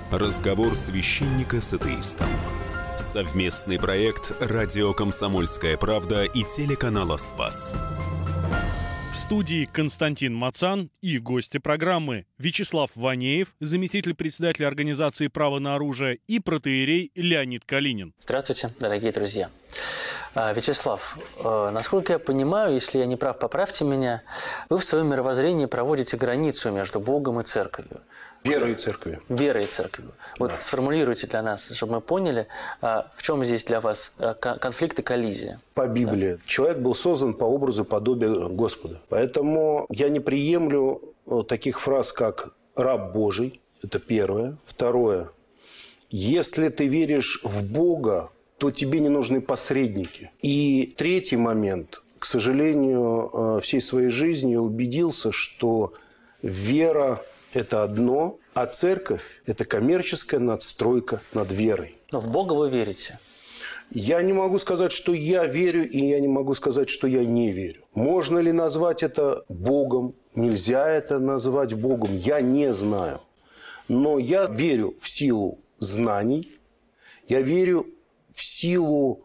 Разговор священника с атеистом. Совместный проект «Радио Комсомольская правда» и телеканала «Спас». В студии Константин Мацан и гости программы Вячеслав Ванеев, заместитель председателя организации «Право на оружие», и протоиерей Леонид Калинин. Здравствуйте, дорогие друзья. Вячеслав, насколько я понимаю, если я не прав, поправьте меня, вы в своем мировоззрении проводите границу между Богом и Церковью. Верой и Церковью. Верой и Церковью. Вот сформулируйте для нас, чтобы мы поняли, в чем здесь для вас конфликт и коллизия. По Библии. Да. Человек был создан по образу и подобию Господа. Поэтому я не приемлю таких фраз, как «раб Божий». Это первое. Второе. Если ты веришь в Бога, то тебе не нужны посредники. И третий момент. К сожалению, всей своей жизни я убедился, что вера – это одно, а церковь – это коммерческая надстройка над верой. Но в Бога вы верите? Я не могу сказать, что я верю, и я не могу сказать, что я не верю. Можно ли назвать это Богом? Нельзя это назвать Богом. Я не знаю. Но я верю в силу знаний, я верю в силу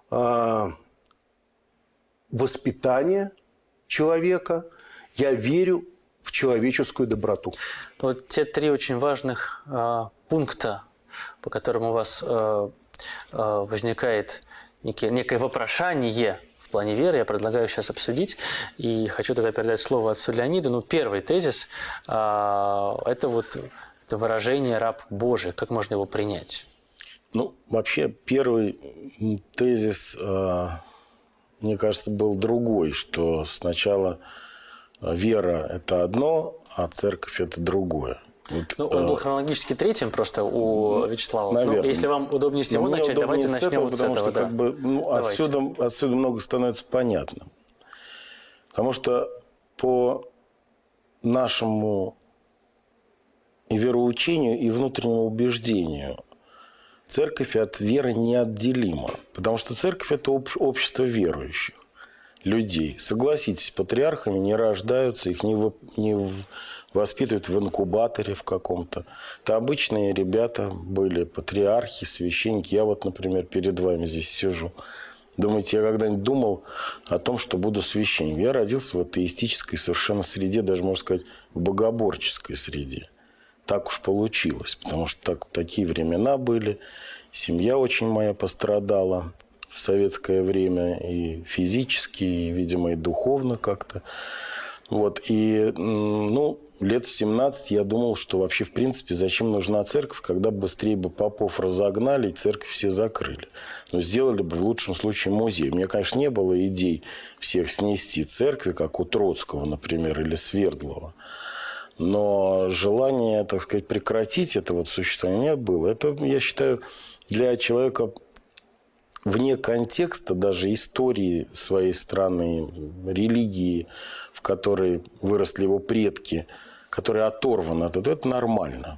воспитания человека, я верю в человеческую доброту. Вот те три очень важных пункта, по которым у вас возникает некое вопрошание в плане веры, я предлагаю сейчас обсудить. И хочу тогда передать слово отцу Леониду. Ну, первый тезис – это выражение «раб Божий». Как можно его принять? Ну, вообще, первый тезис, мне кажется, был другой, что сначала вера – это одно, а церковь – это другое. Вот, он был хронологически третьим просто у Вячеслава. Наверное. Если вам удобнее с него начать, давайте начнем вот с этого. Что, как бы, отсюда много становится понятно. Потому что по нашему и вероучению, и внутреннему убеждению церковь от веры неотделима. Потому что церковь – это общество верующих людей. Согласитесь, патриархами не рождаются, их не воспитывают в инкубаторе в каком-то. Это обычные ребята были, патриархи, священники. Я вот, например, перед вами здесь сижу. Думаете, я когда-нибудь думал о том, что буду священником? Я родился в атеистической совершенно среде, даже, можно сказать, в богоборческой среде. Так уж получилось, потому что такие времена были. Семья очень моя пострадала в советское время и физически, и, видимо, и духовно как-то. Вот. И, лет в 17 я думал, что вообще, в принципе, зачем нужна церковь, когда быстрее бы попов разогнали и церковь все закрыли. Но сделали бы в лучшем случае музей. У меня, конечно, не было идей всех снести церкви, как у Троцкого, например, или Свердлова. Но желание, так сказать, прекратить это вот существование было. Это, я считаю, для человека вне контекста даже истории своей страны, религии, в которой выросли его предки, который оторван от этого, это нормально.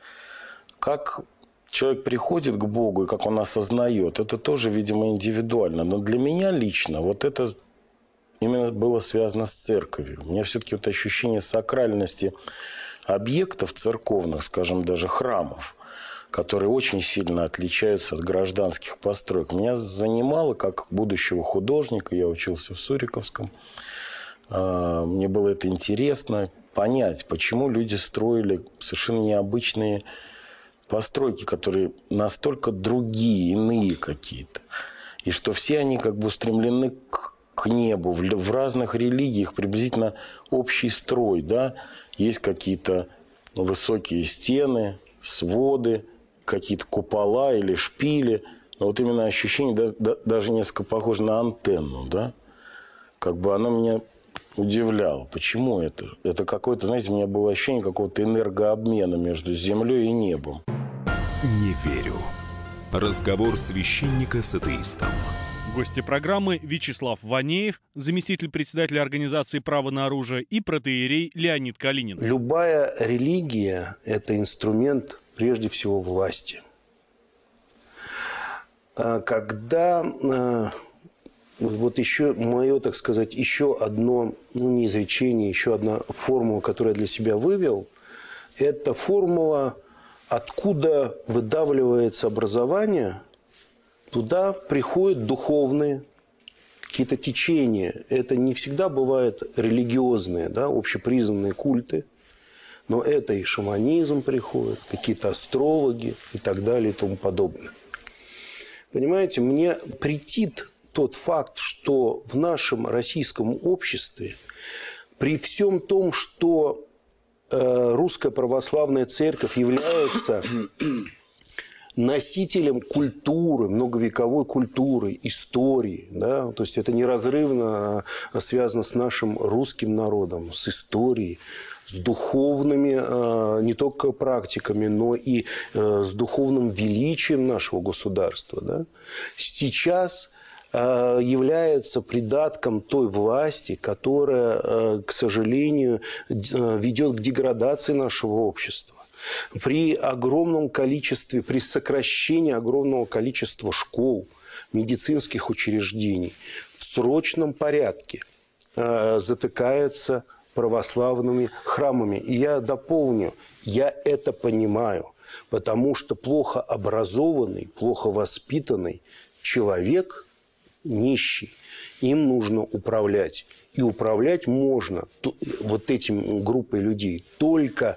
Как человек приходит к Богу и как он осознает, это тоже, видимо, индивидуально. Но для меня лично вот это именно было связано с церковью. У меня все-таки вот ощущение сакральности объектов церковных, скажем, даже храмов, которые очень сильно отличаются от гражданских построек. Меня занимало, как будущего художника, я учился в Суриковском, мне было это интересно, понять, почему люди строили совершенно необычные постройки, которые настолько другие, иные какие-то. И что все они как бы устремлены к небу. В разных религиях приблизительно общий строй. Да? Есть какие-то высокие стены, своды, какие-то купола или шпили. Но вот именно ощущение даже несколько похоже на антенну. Да? Как бы оно меня удивляло. Почему это? Это какое-то, знаете, у меня было ощущение какого-то энергообмена между землей и небом. Не верю. Разговор священника с атеистом. Гости программы Вячеслав Ванеев, заместитель председателя организации «Право на оружие», и протоиерей Леонид Калинин. Любая религия – это инструмент, прежде всего, власти. Когда вот еще мое, так сказать, еще одно, не изречение, еще одна формула, которую я для себя вывел, это формула откуда выдавливается образование, туда приходят духовные какие-то течения. Это не всегда бывают религиозные, да, общепризнанные культы, но это и шаманизм приходит, какие-то астрологи и так далее и тому подобное. Понимаете, мне претит тот факт, что в нашем российском обществе при всем том, что Русская Православная Церковь является носителем культуры, многовековой культуры, истории, да? То есть это неразрывно связано с нашим русским народом, с историей, с духовными не только практиками, но и с духовным величием нашего государства. Да? Сейчас является придатком той власти, которая, к сожалению, ведет к деградации нашего общества. При огромном количестве, при сокращении огромного количества школ, медицинских учреждений в срочном порядке затыкаются православными храмами. И я дополню, я это понимаю, потому что плохо образованный, плохо воспитанный человек, нищий, им нужно управлять. И управлять можно вот этим группой людей только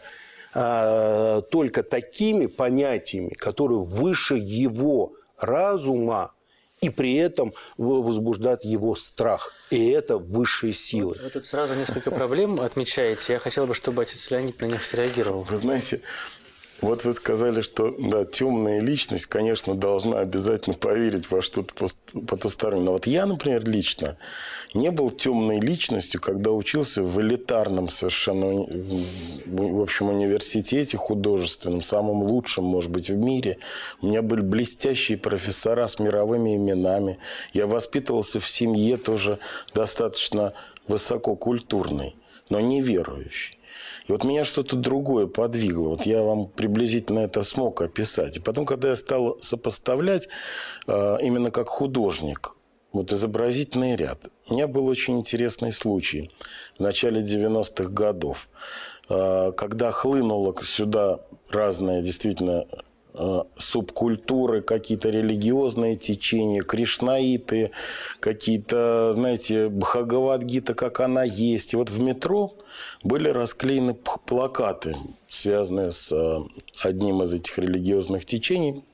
такими понятиями, которые выше его разума, и при этом возбуждает его страх. И это высшие силы. Вы тут сразу несколько проблем отмечаете. Я хотел бы, чтобы отец Леонид на них среагировал. Вы знаете, вот вы сказали, что да, темная личность, конечно, должна обязательно поверить во что-то потустороннее. Но вот я, например, лично не был темной личностью, когда учился в элитарном совершенно, в общем, университете художественном, самом лучшем, может быть, в мире. У меня были блестящие профессора с мировыми именами. Я воспитывался в семье тоже достаточно высококультурной, но неверующей. И вот меня что-то другое подвигло. Вот я вам приблизительно это смог описать. И потом, когда я стал сопоставлять именно как художник, вот изобразительный ряд, у меня был очень интересный случай в начале 90-х годов, когда хлынуло сюда разные действительно субкультуры, какие-то религиозные течения, кришнаиты, какие-то, знаете, Бхагавад-гита, как она есть. И вот в метро были расклеены плакаты, связанные с одним из этих религиозных течений.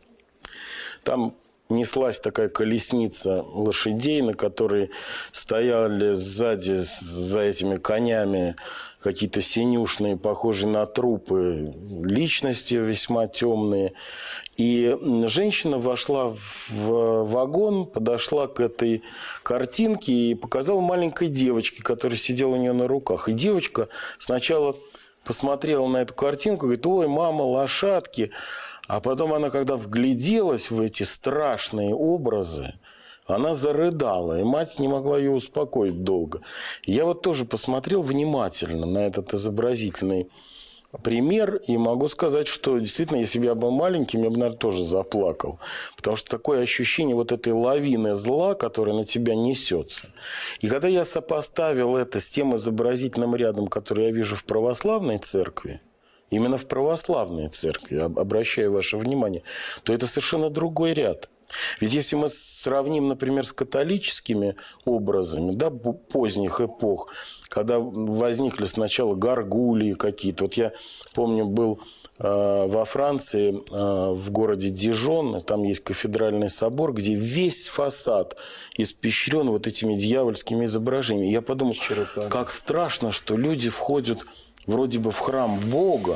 Там неслась такая колесница лошадей, на которой стояли сзади за этими конями какие-то синюшные, похожие на трупы личности весьма темные. И женщина вошла в вагон, подошла к этой картинке и показала маленькой девочке, которая сидела у нее на руках. И девочка сначала посмотрела на эту картинку и говорит: ой, мама, лошадки. А потом она, когда вгляделась в эти страшные образы, она зарыдала, и мать не могла ее успокоить долго. Я вот тоже посмотрел внимательно на этот изобразительный пример, и могу сказать, что действительно, если бы я был маленьким, я бы, наверное, тоже заплакал. Потому что такое ощущение вот этой лавины зла, которая на тебя несется. И когда я сопоставил это с тем изобразительным рядом, который я вижу в православной церкви, именно в православной церкви, обращаю ваше внимание, то это совершенно другой ряд. Ведь если мы сравним, например, с католическими образами, да, поздних эпох, когда возникли сначала горгулии какие-то. Вот я помню, был во Франции, в городе Дижон, там есть кафедральный собор, где весь фасад испещрен вот этими дьявольскими изображениями. Я подумал, как страшно, что люди входят вроде бы в храм Бога,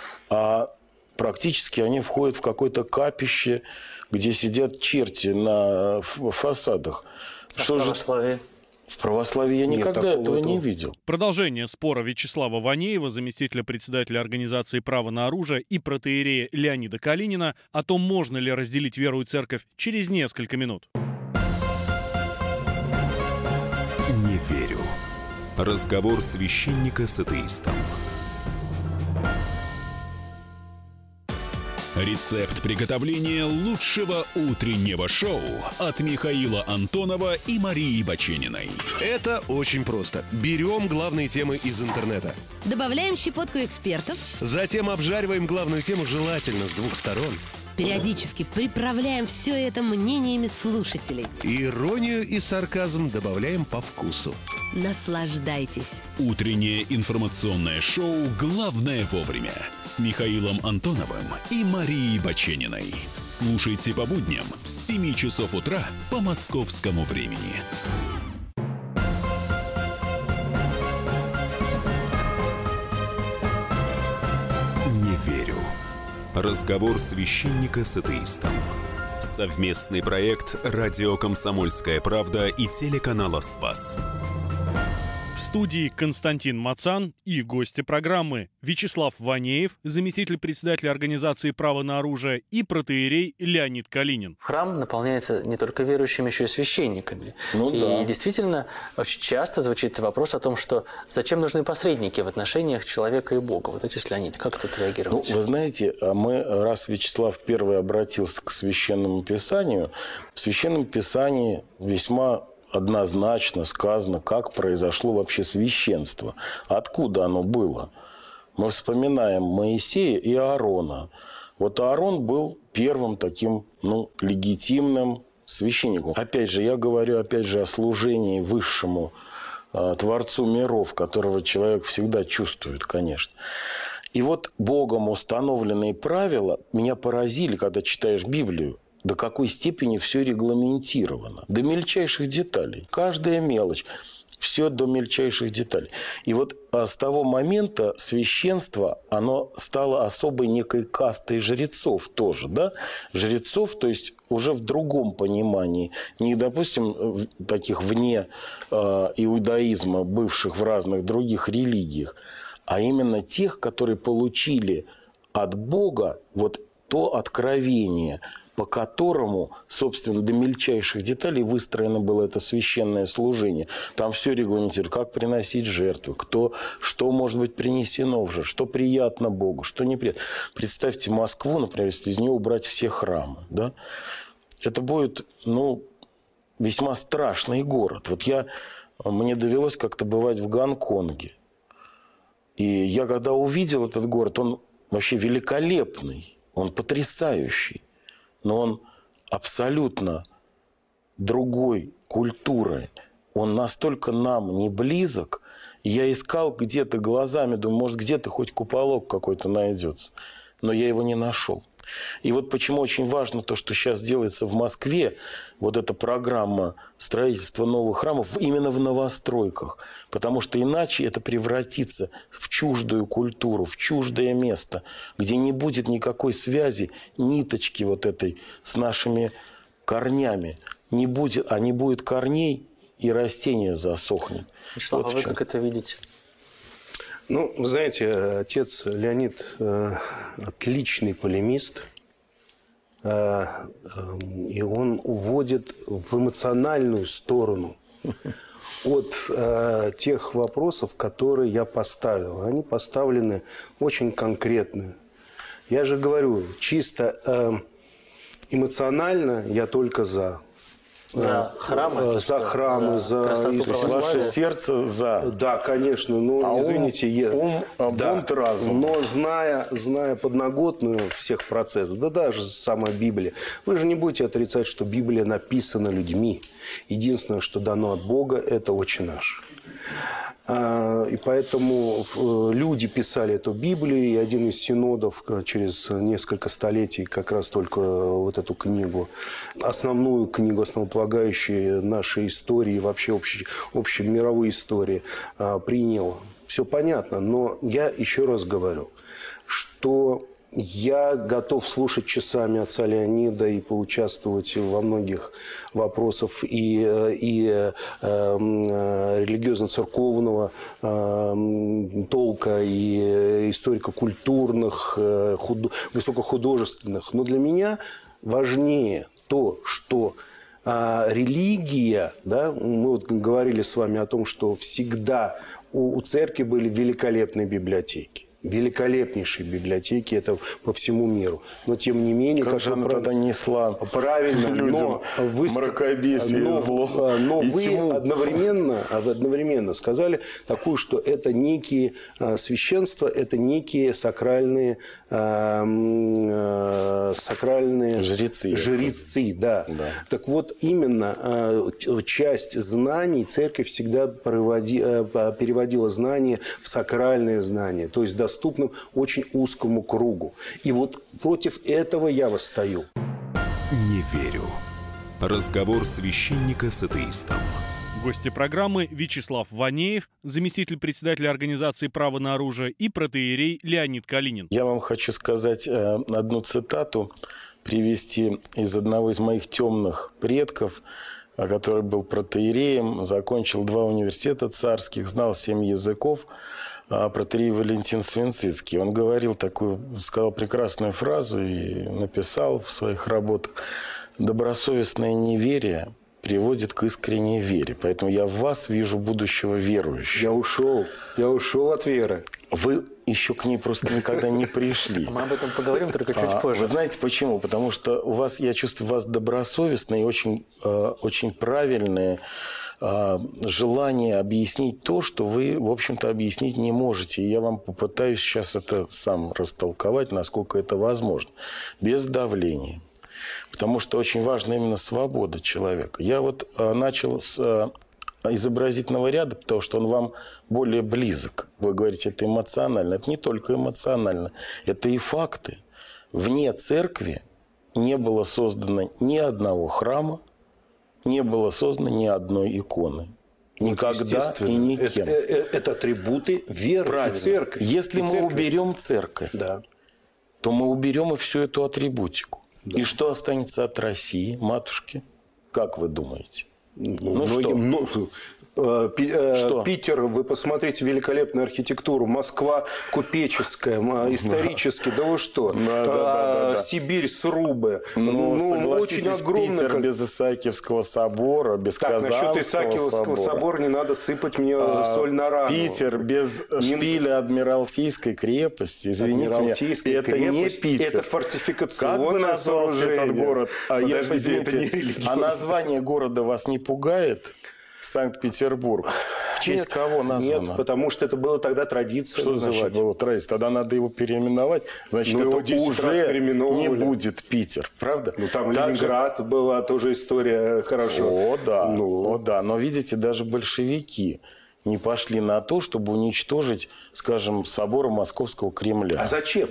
а практически они входят в какое-то капище, где сидят черти на фасадах. Что же в православии я никогда этого не видел. Продолжение спора Вячеслава Ванеева, заместителя председателя организации «Право на оружие», и протоиерея Леонида Калинина о том, можно ли разделить веру и церковь, через несколько минут. Не верю. Разговор священника с атеистом. Рецепт приготовления лучшего утреннего шоу от Михаила Антонова и Марии Бачениной. Это очень просто. Берем главные темы из интернета. Добавляем щепотку экспертов. Затем обжариваем главную тему желательно с двух сторон. Периодически приправляем все это мнениями слушателей. Иронию и сарказм добавляем по вкусу. Наслаждайтесь. Утреннее информационное шоу «Главное вовремя» с Михаилом Антоновым и Марией Бачениной. Слушайте по будням с 7 часов утра по московскому времени. Не верю. Разговор священника с атеистом. Совместный проект «Радио Комсомольская правда» и телеканала «Спас». В студии Константин Мацан и гости программы Вячеслав Ванеев, заместитель председателя организации «Право на оружие», и протоиерей Леонид Калинин. Храм наполняется не только верующими, еще и священниками. И действительно, очень часто звучит вопрос о том, что зачем нужны посредники в отношениях человека и Бога. Вот отец Леонид, как тут реагировать? Вы знаете, раз Вячеслав первый обратился к Священному Писанию, в Священном Писании весьма однозначно сказано, как произошло вообще священство. Откуда оно было? Мы вспоминаем Моисея и Аарона. Вот Аарон был первым таким, легитимным священником. Опять же, я говорю о служении высшему Творцу миров, которого человек всегда чувствует, конечно. И вот Богом установленные правила меня поразили, когда читаешь Библию. До какой степени все регламентировано. До мельчайших деталей. Каждая мелочь. Все до мельчайших деталей. И вот с того момента священство, оно стало особой некой кастой жрецов тоже. Да? Жрецов, то есть уже в другом понимании. Не, допустим, таких вне иудаизма, бывших в разных других религиях, а именно тех, которые получили от Бога вот то откровение, по которому, собственно, до мельчайших деталей выстроено было это священное служение. Там все регламентирует, как приносить жертвы, что может быть принесено в жертву, что приятно Богу, что неприятно. Представьте Москву, например, если из нее убрать все храмы. Да? Это будет, весьма страшный город. Вот мне довелось как-то бывать в Гонконге. И я когда увидел этот город, он вообще великолепный, он потрясающий. Но он абсолютно другой культуры. Он настолько нам не близок. Я искал где-то глазами, думаю, может, где-то хоть куполок какой-то найдется. Но я его не нашел. И вот почему очень важно то, что сейчас делается в Москве, вот эта программа строительства новых храмов именно в новостройках. Потому что иначе это превратится в чуждую культуру, в чуждое место, где не будет никакой связи, ниточки вот этой с нашими корнями. Не будет корней, и растение засохнет. Вячеслав, вот вы как это видите? Вы знаете, отец Леонид отличный полемист, и он уводит в эмоциональную сторону от тех вопросов, которые я поставил. Они поставлены очень конкретно. Я же говорю, чисто эмоционально я только за. За храмы? За храмы, за Иисуса. Ваше сердце за. Да, конечно. Извините, бунт разум. Но зная подноготную всех процессов, да даже самая Библия, вы же не будете отрицать, что Библия написана людьми. Единственное, что дано от Бога, это «Отче наш». И поэтому люди писали эту Библию, и один из синодов через несколько столетий как раз только вот эту книгу, основную книгу, основополагающую нашей истории, вообще общей мировой истории, принял. Все понятно, но я еще раз говорю, что я готов слушать часами отца Леонида и поучаствовать во многих вопросах и религиозно-церковного толка, и историко-культурных, высокохудожественных. Но для меня важнее то, что религия, да, мы вот говорили с вами о том, что всегда у церкви были великолепные библиотеки. великолепнейшей библиотеки, это по всему миру. Но тем не менее... Как же она тогда несла правильно, людям мракобесие, зло но и вы тьму. одновременно сказали такую, что это некие священства, это некие сакральные жрецы, да. Так вот, именно часть знаний церковь всегда переводила знания в сакральные знания, то есть доступным очень узкому кругу. И вот против этого я восстаю. Не верю. Разговор священника с атеистом. Гости программы Вячеслав Ванеев, заместитель председателя организации «Право на оружие», и протоиерей Леонид Калинин. Я вам хочу сказать одну цитату, привести из одного из моих темных предков, который был протоиереем, закончил 2 университета царских, знал 7 языков, протоиерей Валентин Свинцицкий. Он говорил такую, сказал прекрасную фразу и написал в своих работах: «Добросовестное неверие приводит к искренней вере. Поэтому я в вас вижу будущего верующего». Я ушел от веры. Вы еще к ней просто никогда не пришли. Мы об этом поговорим только чуть позже. Вы знаете почему? Потому что у вас, я чувствую, у вас добросовестное и очень правильное желание объяснить то, что вы, в общем-то, объяснить не можете. И я вам попытаюсь сейчас это сам растолковать, насколько это возможно. Без давления. Потому что очень важна именно свобода человека. Я вот начал с изобразительного ряда, потому что он вам более близок. Вы говорите, это эмоционально. Это не только эмоционально. Это и факты. Вне церкви не было создано ни одного храма, не было создано ни одной иконы. Никогда и никем. Это атрибуты веры. Правильно. И церкви. Если мы уберем церковь, то мы уберем и всю эту атрибутику. Да. И что останется от России, матушки? Как вы думаете? Что? Питер, вы посмотрите великолепную архитектуру. Москва купеческая, исторически. Да вы что? Сибирь, срубы. Очень огромный. Питер без Исаакиевского собора, без Казанского насчет Исаакиевского собора не надо сыпать мне соль на рану. Питер без шпиля Адмиралтейской крепости. Извините меня, это не Питер. Это фортификационное как бы назывался этот город? А название города вас не пугает? Санкт-Петербург. В честь кого названо? Нет, потому что это была тогда традиция. Что значит было традиция? Тогда надо его переименовать. Значит, это уже не будет Питер. Правда? Там Ленинград была тоже история хорошо. О, да. Но видите, даже большевики не пошли на то, чтобы уничтожить, скажем, собор Московского Кремля. А зачем?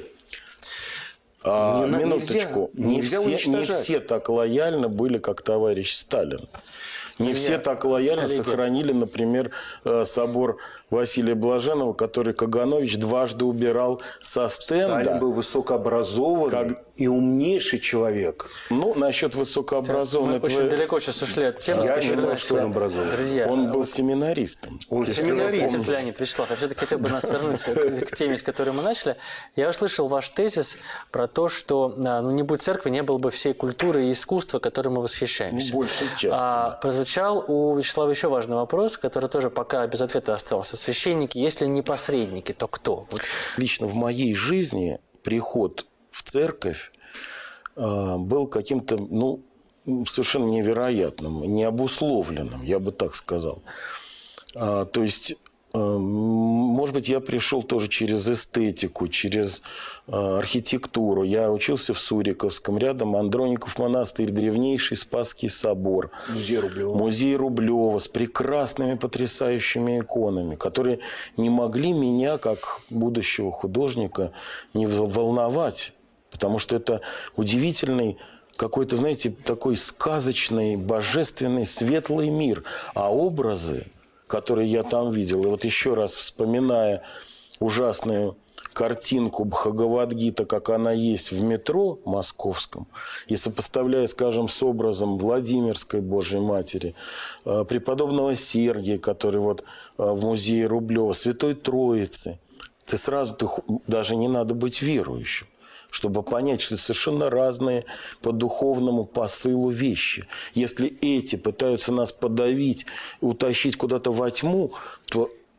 Минуточку. Не все так лояльно были, как товарищ Сталин. Не все так лояльно сохранили, например, собор Василия Блаженного, который Каганович дважды убирал со стенда. Сталин был высокообразованный и умнейший человек. Насчет высокообразованного... Мы очень далеко сейчас ушли от темы. Я считаю, что он образованный. Друзья, он был семинаристом. Семинарист. Леонид, Вячеслав, я все-таки хотел бы нас вернуть к теме, с которой мы начали. Я услышал ваш тезис про то, что не будь церкви, не было бы всей культуры и искусства, которой мы восхищаемся. Большей части. Прозвучал у Вячеслава еще важный вопрос, который тоже пока без ответа остался. Священники, если не посредники, то кто? Лично в моей жизни приход в церковь был каким-то, совершенно невероятным, необусловленным, я бы так сказал. То есть, может быть, я пришел тоже через эстетику, через архитектуру. Я учился в Суриковском, рядом Андроников монастырь, древнейший Спасский собор. Музей Рублева с прекрасными, потрясающими иконами, которые не могли меня, как будущего художника, не волновать. Потому что это удивительный какой-то, знаете, такой сказочный, божественный, светлый мир. А образы, которые я там видел, и вот еще раз вспоминая ужасную картинку Бхагавад-гита, как она есть в метро московском, и сопоставляя, скажем, с образом Владимирской Божьей Матери, преподобного Сергия, который вот в музее Рублева, Святой Троицы, ты даже не надо быть верующим, чтобы понять, что это совершенно разные по духовному посылу вещи. Если эти пытаются нас подавить, утащить куда-то во тьму, то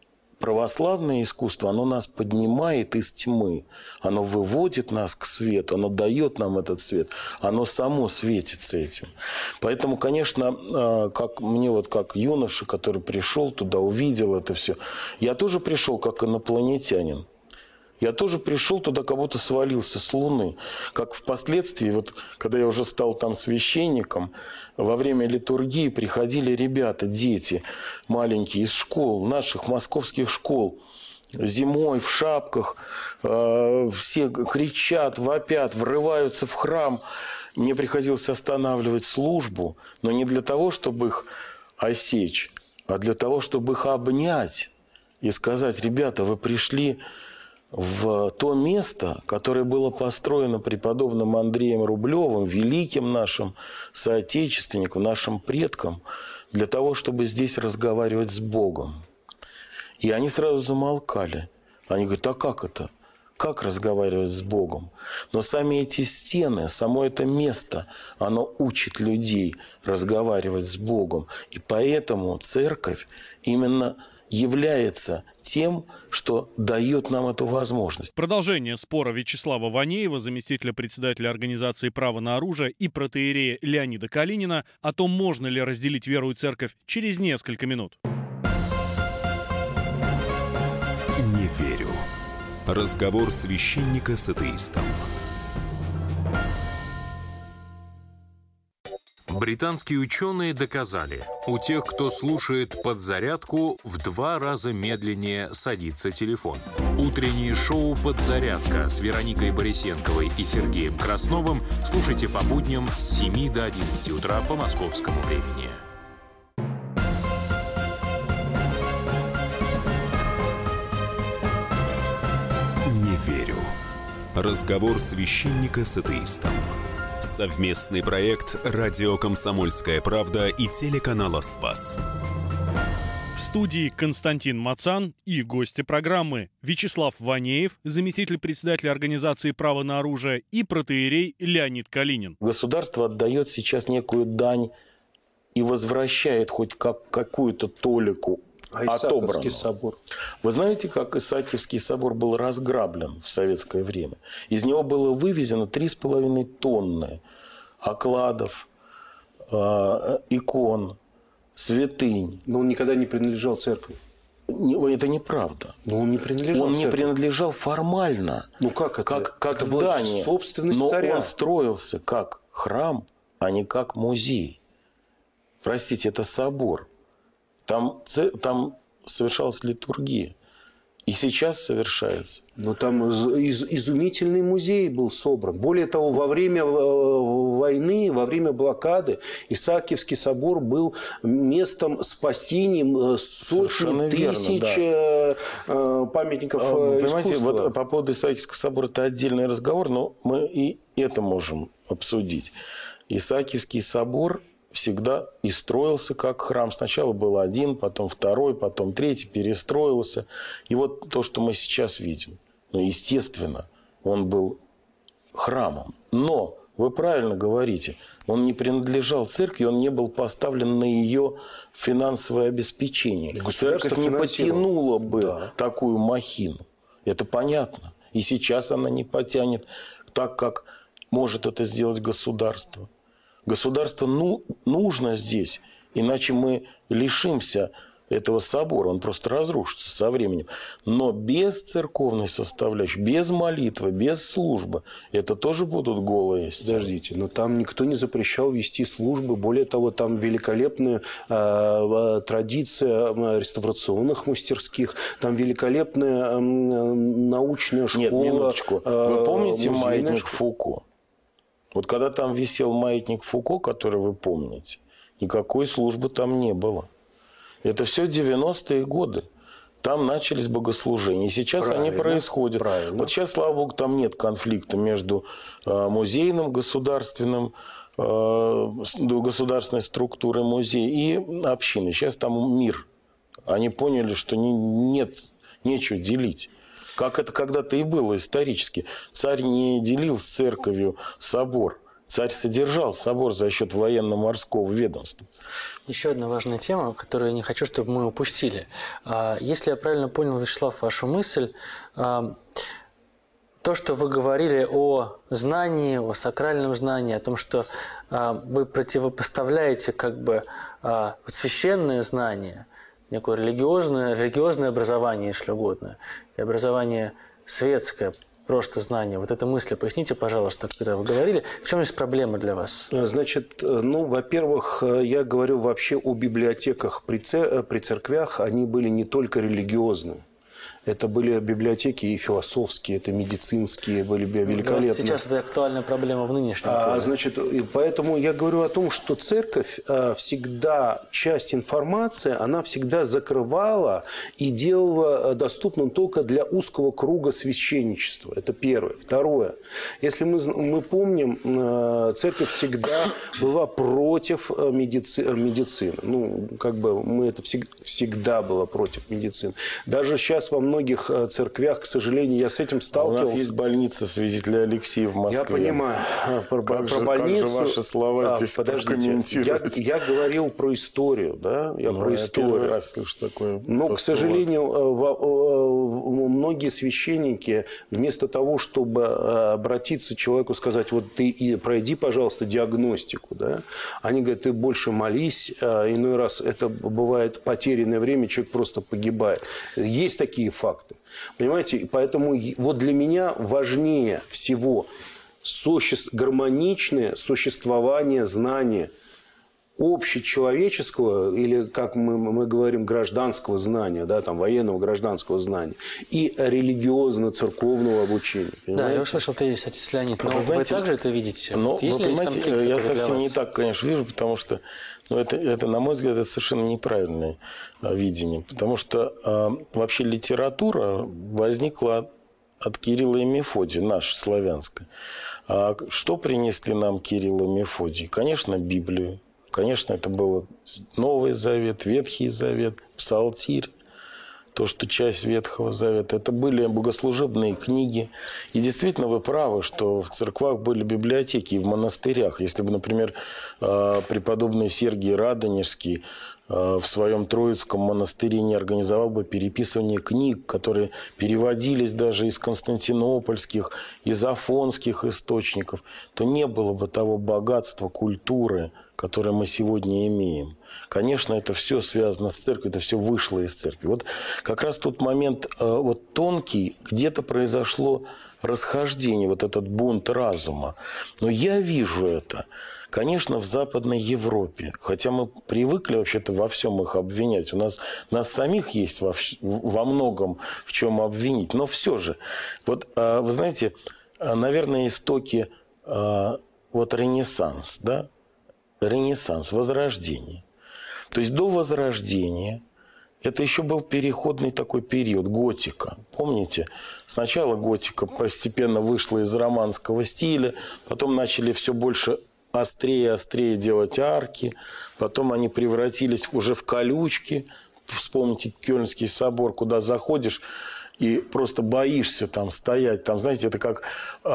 православное искусство, оно нас поднимает из тьмы, оно выводит нас к свету, оно дает нам этот свет, оно само светится этим. Поэтому, конечно, как мне вот как юноша, который пришел туда, увидел это все, я тоже пришел как инопланетянин. Я тоже пришел туда, как будто свалился с Луны. Как впоследствии, вот, когда я уже стал там священником, во время литургии приходили ребята, дети маленькие из школ, наших московских школ, зимой в шапках, все кричат, вопят, врываются в храм. Мне приходилось останавливать службу, но не для того, чтобы их осечь, а для того, чтобы их обнять и сказать: ребята, вы пришли в то место, которое было построено преподобным Андреем Рублевым, великим нашим соотечественником, нашим предком, для того, чтобы здесь разговаривать с Богом. И они сразу замолкали. Они говорят: а как это? Как разговаривать с Богом? Но сами эти стены, само это место, оно учит людей разговаривать с Богом. И поэтому церковь именно является тем, что дает нам эту возможность. Продолжение спора Вячеслава Ванеева, заместителя председателя организации «Право на оружие», и протоиерея Леонида Калинина о том, можно ли разделить веру и церковь, через несколько минут. Не верю. Разговор священника с атеистом. Британские ученые доказали, у тех, кто слушает подзарядку, в 2 раза медленнее садится телефон. Утреннее шоу «Подзарядка» с Вероникой Борисенковой и Сергеем Красновым слушайте по будням с 7 до 11 утра по московскому времени. Не верю. Разговор священника с атеистом. Совместный проект «Радио Комсомольская правда» и телеканала «Спас». В студии Константин Мацан и гости программы: Вячеслав Ванеев, заместитель председателя организации «Право на оружие», и протоиерей Леонид Калинин. Государство отдает сейчас некую дань и возвращает хоть какую-то толику отобранного. Собор. Вы знаете, как Исаакиевский собор был разграблен в советское время? Из него было вывезено 3,5 тонны окладов, икон, святынь. Но он никогда не принадлежал церкви. Это неправда. Но он не принадлежал Он церкви. не принадлежал формально. Ну как это? Как это здание. Собственность но царя. Он строился как храм, а не как музей. Простите, это собор. Там совершалась литургия. И сейчас совершается. Но там изумительный музей был собран. Более того, во время войны, во время блокады Исаакиевский собор был местом спасения сотен тысяч памятников понимаете, искусства. Вот по поводу Исаакиевского собора это отдельный разговор, но мы и это можем обсудить. Исаакиевский собор всегда и строился как храм. Сначала был один, потом второй, потом третий, перестроился. И вот то, что мы сейчас видим. Ну, естественно, он был храмом. Но, вы правильно говорите, он не принадлежал церкви, он не был поставлен на ее финансовое обеспечение. Церковь не потянула бы такую махину. Это понятно. И сейчас она не потянет так, как может это сделать государство. Государству нужно здесь, иначе мы лишимся этого собора, он просто разрушится со временем. Но без церковной составляющей, без молитвы, без службы, это тоже будут голые стены. Подождите, но там никто не запрещал вести службы. Более того, там великолепная традиция реставрационных мастерских, там великолепная научная школа. Нет, минуточку. Вы помните маятник Фуко? Вот когда там висел маятник Фуко, который вы помните, никакой службы там не было. Это все 90-е годы. Там начались богослужения. И сейчас они происходят. Правильно. Вот сейчас, слава богу, там нет конфликта между музейным, государственным, государственной структурой музея и общиной. Сейчас там мир. Они поняли, что нечего делить. Как это когда-то и было исторически. Царь не делил с церковью собор. Царь содержал собор за счет военно-морского ведомства. Еще одна важная тема, которую я не хочу, чтобы мы упустили. Если я правильно понял, Вячеслав, вашу мысль, то, что вы говорили о знании, о сакральном знании, о том, что вы противопоставляете как бы священное знание, некое религиозное образование, если угодно, и образование светское, просто знание. Вот эта мысль, поясните, пожалуйста, когда вы говорили, в чем есть проблема для вас? Значит, ну, во-первых, я говорю вообще о библиотеках при церквях, они были не только религиозные. Это были библиотеки и философские, это медицинские, были великолепные. Сейчас это актуальная проблема в нынешнем. Значит, поэтому я говорю о том, что церковь всегда, часть информации, она всегда закрывала и делала доступным только для узкого круга священничества. Это первое. Второе. Если мы помним, церковь всегда была против медицины. Ну, как бы это всегда было против медицины. Даже сейчас во многих церквях, к сожалению, я с этим сталкивался. У нас есть больница святителя Алексея в Москве. Я понимаю. Про больницу. Как же ваши слова здесь комментировать? Я говорил про историю, да? Я про историю. Первый раз слышу такое. Но, к сожалению, многие священники, вместо того, чтобы обратиться к человеку, сказать, вот ты пройди, пожалуйста, диагностику, да? Они говорят, ты больше молись. Иной раз это бывает потерянное время, человек просто погибает. Есть такие факты. Понимаете? Поэтому вот для меня важнее всего гармоничное существование знания общечеловеческого, или, как мы говорим, гражданского знания, да, там, военного гражданского знания, и религиозно-церковного обучения. Понимаете? Да, я услышал тезис, отец Леонид, но вы также это видите? Но, вы понимаете, я совсем не так, конечно, вижу, потому что это, на мой взгляд, это совершенно неправильное видение. Потому что вообще литература возникла от Кирилла и Мефодия, наша славянская. А что принесли нам Кирилл и Мефодий? Конечно, Библию. Конечно, это был Новый Завет, Ветхий Завет, Псалтирь. То, что часть Ветхого Завета. Это были богослужебные книги. И действительно, вы правы, что в церквах были библиотеки и в монастырях. Если бы, например, преподобный Сергий Радонежский в своем Троицком монастыре не организовал бы переписывание книг, которые переводились даже из константинопольских, из афонских источников, то не было бы того богатства культуры, которое мы сегодня имеем. Конечно, это все связано с церковью, это все вышло из церкви. Вот как раз тот момент вот тонкий, где-то произошло расхождение, вот этот бунт разума. Но я вижу это, конечно, в Западной Европе. Хотя мы привыкли вообще-то во всем их обвинять. У нас самих есть во многом в чем обвинить. Но все же, вот вы знаете, наверное, истоки вот Ренессанс, да? Ренессанс, Возрождение. То есть до Возрождения это еще был переходный такой период, готика. Помните? Сначала готика постепенно вышла из романского стиля, потом начали все больше острее и острее делать арки, потом они превратились уже в колючки. Вспомните Кёльнский собор, куда заходишь и просто боишься там стоять. Там, знаете, это как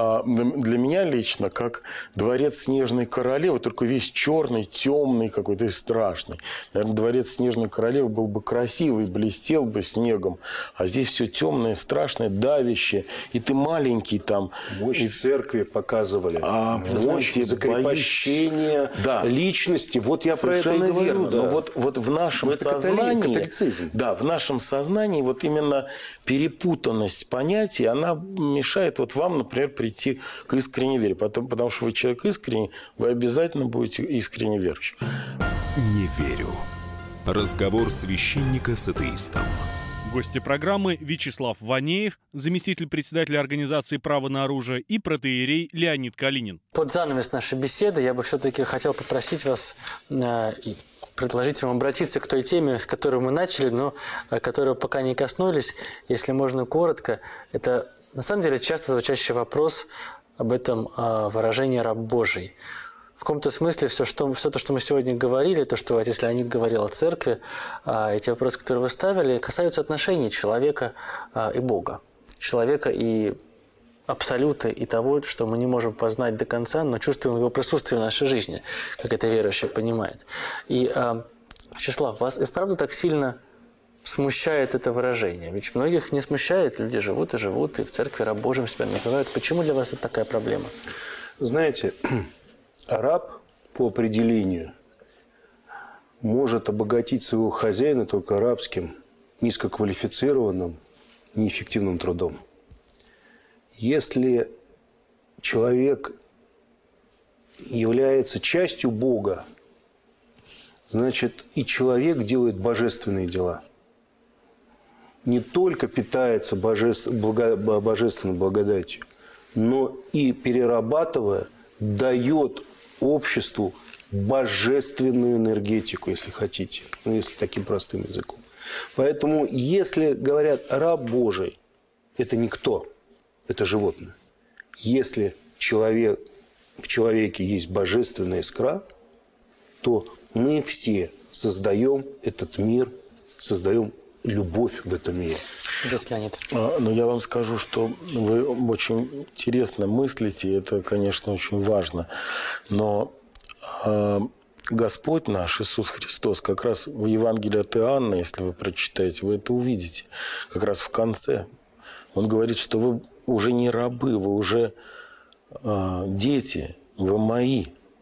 для меня лично, как дворец Снежной Королевы, только весь черный, темный какой-то и страшный. Наверное, дворец Снежной Королевы был бы красивый, блестел бы снегом. А здесь все темное, страшное, давящее. И ты маленький там. Мощь церкви показывали. Мощь закрепощения личности. Вот я совершенно про это и говорю. Верно. Да. Но вот в нашем сознании... Католицизм. Да, в нашем сознании вот именно перепутанность понятий, она мешает вот вам, например, прийти к искренней вере. Потому что вы человек искренний, вы обязательно будете искренне верующим. Не верю. Разговор священника с атеистом. Гости программы Вячеслав Ванеев, заместитель председателя организации «Право на оружие», и протоиерей Леонид Калинин. Под занавес нашей беседы я бы все-таки хотел попросить вас предложить вам обратиться к той теме, с которой мы начали, но которую пока не коснулись. Если можно коротко, это на самом деле часто звучащий вопрос об этом выражении «раб Божий». В каком-то смысле все то, что мы сегодня говорили, то, что отец Леонид говорил о церкви, эти вопросы, которые вы ставили, касаются отношений человека и Бога, человека и абсолюта и того, что мы не можем познать до конца, но чувствуем его присутствие в нашей жизни, как это верующий понимает. И, Вячеслав, вас и вправду так сильно смущает это выражение? Ведь многих не смущает, люди живут и живут, и в церкви раб Божьим себя называют. Почему для вас это такая проблема? Знаете, раб по определению может обогатить своего хозяина только рабским, низкоквалифицированным, неэффективным трудом. Если человек является частью Бога, значит, и человек делает божественные дела. Не только питается божественной благодатью, но и, перерабатывая, дает обществу божественную энергетику, если хотите, ну, если таким простым языком. Поэтому, если говорят «раб Божий», это никто, это животное. Если в человеке есть божественная искра, то мы все создаем этот мир, создаем любовь в этом мире. Леонид. Но я вам скажу, что вы очень интересно мыслите, это, конечно, очень важно. Но Господь наш, Иисус Христос, как раз в Евангелии от Иоанна, если вы прочитаете, вы это увидите, как раз в конце. Он говорит, что вы уже не рабы, вы уже дети, вы мои.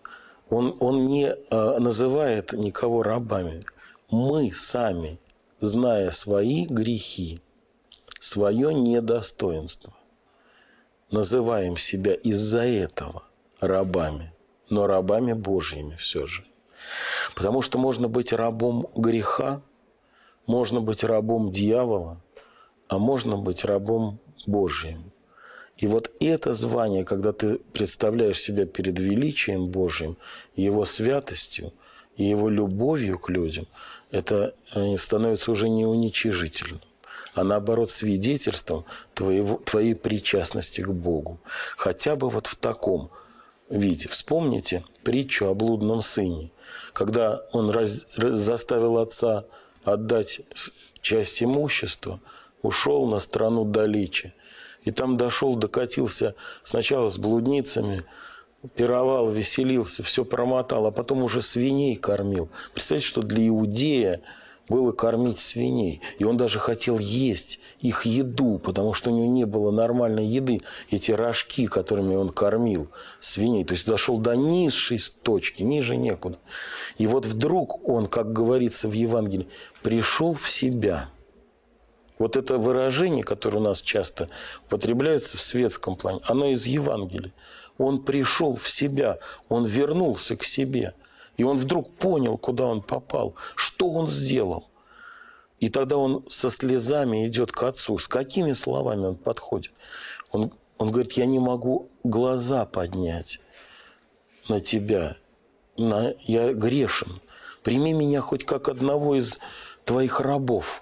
Он не называет никого рабами. Мы сами, зная свои грехи, свое недостоинство, называем себя из-за этого рабами, но рабами Божьими все же. Потому что можно быть рабом греха, можно быть рабом дьявола, а можно быть рабом Божьим. И вот это звание, когда ты представляешь себя перед величием Божьим, Его святостью и Его любовью к людям, это становится уже не уничижительным, а наоборот свидетельством твоей причастности к Богу. Хотя бы вот в таком виде. Вспомните притчу о блудном сыне, когда он заставил отца отдать часть имущества, ушел на страну далече. И там докатился сначала с блудницами, пировал, веселился, все промотал, а потом уже свиней кормил. Представляете, что для иудея было кормить свиней. И он даже хотел есть их еду, потому что у него не было нормальной еды. Эти рожки, которыми он кормил свиней. То есть дошел до низшей точки, ниже некуда. И вот вдруг он, как говорится в Евангелии, пришел в себя. Вот это выражение, которое у нас часто употребляется в светском плане, оно из Евангелия. Он пришел в себя, он вернулся к себе. И он вдруг понял, куда он попал, что он сделал. И тогда он со слезами идет к отцу. С какими словами он подходит? Он говорит: я не могу глаза поднять на тебя. Я грешен. Прими меня хоть как одного из твоих рабов.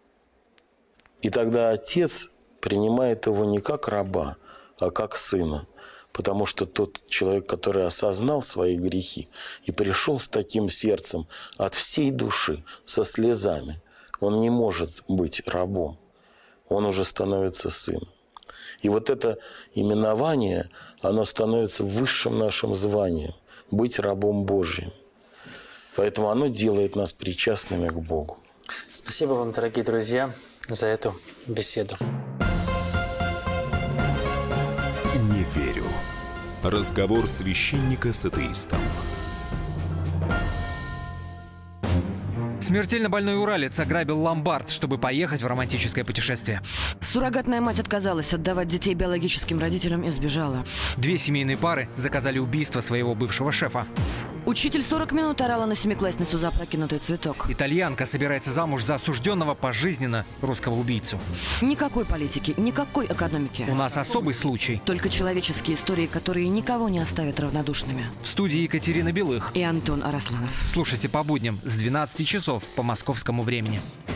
И тогда отец принимает его не как раба, а как сына. Потому что тот человек, который осознал свои грехи и пришел с таким сердцем от всей души, со слезами, он не может быть рабом. Он уже становится сыном. И вот это именование, оно становится высшим нашим званием – быть рабом Божьим. Поэтому оно делает нас причастными к Богу. Спасибо вам, дорогие друзья, за эту беседу. Не верю. Разговор священника с атеистом. Смертельно больной уралец ограбил ломбард, чтобы поехать в романтическое путешествие. Суррогатная мать отказалась отдавать детей биологическим родителям и сбежала. 2 семейные пары заказали убийство своего бывшего шефа. Учитель 40 минут орала на семиклассницу за опрокинутый цветок. Итальянка собирается замуж за осужденного пожизненно русского убийцу. Никакой политики, никакой экономики. У нас особый случай. Только человеческие истории, которые никого не оставят равнодушными. В студии Екатерина Белых и Антон Арасланов. Слушайте по будням с 12 часов по московскому времени.